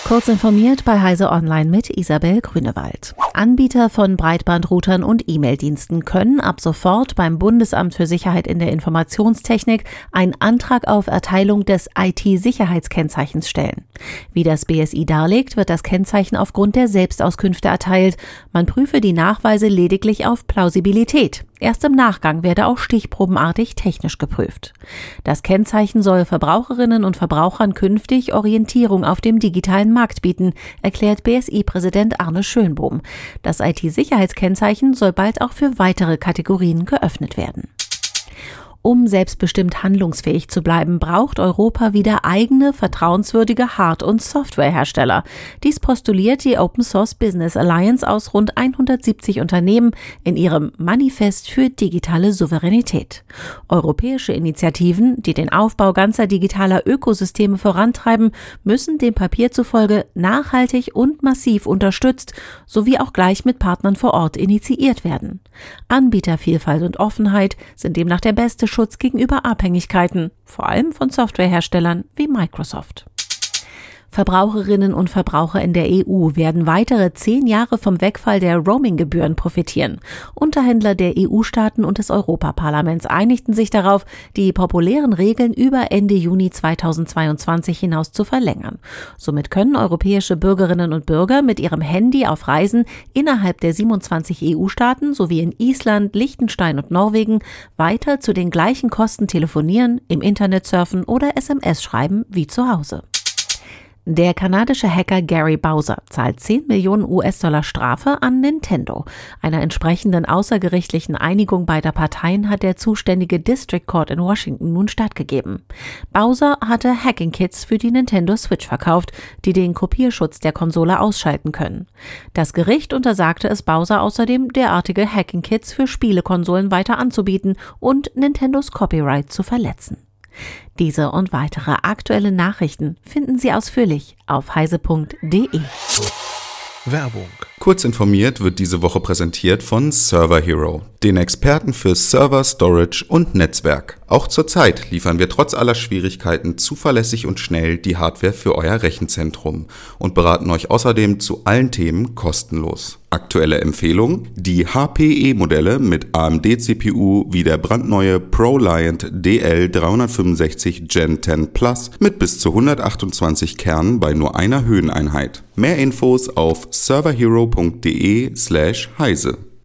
Kurz informiert bei Heise Online mit Isabel Grünewald. Anbieter von Breitbandroutern und E-Mail-Diensten können ab sofort beim Bundesamt für Sicherheit in der Informationstechnik einen Antrag auf Erteilung des IT-Sicherheitskennzeichens stellen. Wie das BSI darlegt, wird das Kennzeichen aufgrund der Selbstauskünfte erteilt. Man prüfe die Nachweise lediglich auf Plausibilität. Erst im Nachgang werde auch stichprobenartig technisch geprüft. Das Kennzeichen soll Verbraucherinnen und Verbrauchern künftig Orientierung auf dem digitalen Markt bieten, erklärt BSI-Präsident Arne Schönbohm. Das IT-Sicherheitskennzeichen soll bald auch für weitere Kategorien geöffnet werden. Um selbstbestimmt handlungsfähig zu bleiben, braucht Europa wieder eigene, vertrauenswürdige Hard- und Softwarehersteller. Dies postuliert die Open Source Business Alliance aus rund 170 Unternehmen in ihrem Manifest für digitale Souveränität. Europäische Initiativen, die den Aufbau ganzer digitaler Ökosysteme vorantreiben, müssen dem Papier zufolge nachhaltig und massiv unterstützt sowie auch gleich mit Partnern vor Ort initiiert werden. Anbietervielfalt und Offenheit sind demnach der beste Schutz gegenüber Abhängigkeiten, vor allem von Softwareherstellern wie Microsoft. Verbraucherinnen und Verbraucher in der EU werden weitere 10 Jahre vom Wegfall der Roaming-Gebühren profitieren. Unterhändler der EU-Staaten und des Europaparlaments einigten sich darauf, die populären Regeln über Ende Juni 2022 hinaus zu verlängern. Somit können europäische Bürgerinnen und Bürger mit ihrem Handy auf Reisen innerhalb der 27 EU-Staaten sowie in Island, Liechtenstein und Norwegen weiter zu den gleichen Kosten telefonieren, im Internet surfen oder SMS schreiben wie zu Hause. Der kanadische Hacker Gary Bowser zahlt 10 Millionen US-Dollar Strafe an Nintendo. Einer entsprechenden außergerichtlichen Einigung beider Parteien hat der zuständige District Court in Washington nun stattgegeben. Bowser hatte Hacking-Kits für die Nintendo Switch verkauft, die den Kopierschutz der Konsole ausschalten können. Das Gericht untersagte es Bowser außerdem, derartige Hacking-Kits für Spielekonsolen weiter anzubieten und Nintendos Copyright zu verletzen. Diese und weitere aktuelle Nachrichten finden Sie ausführlich auf heise.de. Werbung. Kurz informiert wird diese Woche präsentiert von Server Hero, den Experten für Server, Storage und Netzwerk. Auch zurzeit liefern wir trotz aller Schwierigkeiten zuverlässig und schnell die Hardware für euer Rechenzentrum und beraten euch außerdem zu allen Themen kostenlos. Aktuelle Empfehlung: die HPE-Modelle mit AMD-CPU wie der brandneue ProLiant DL365 Gen 10 Plus mit bis zu 128 Kernen bei nur einer Höheneinheit. Mehr Infos auf serverhero.de/heise.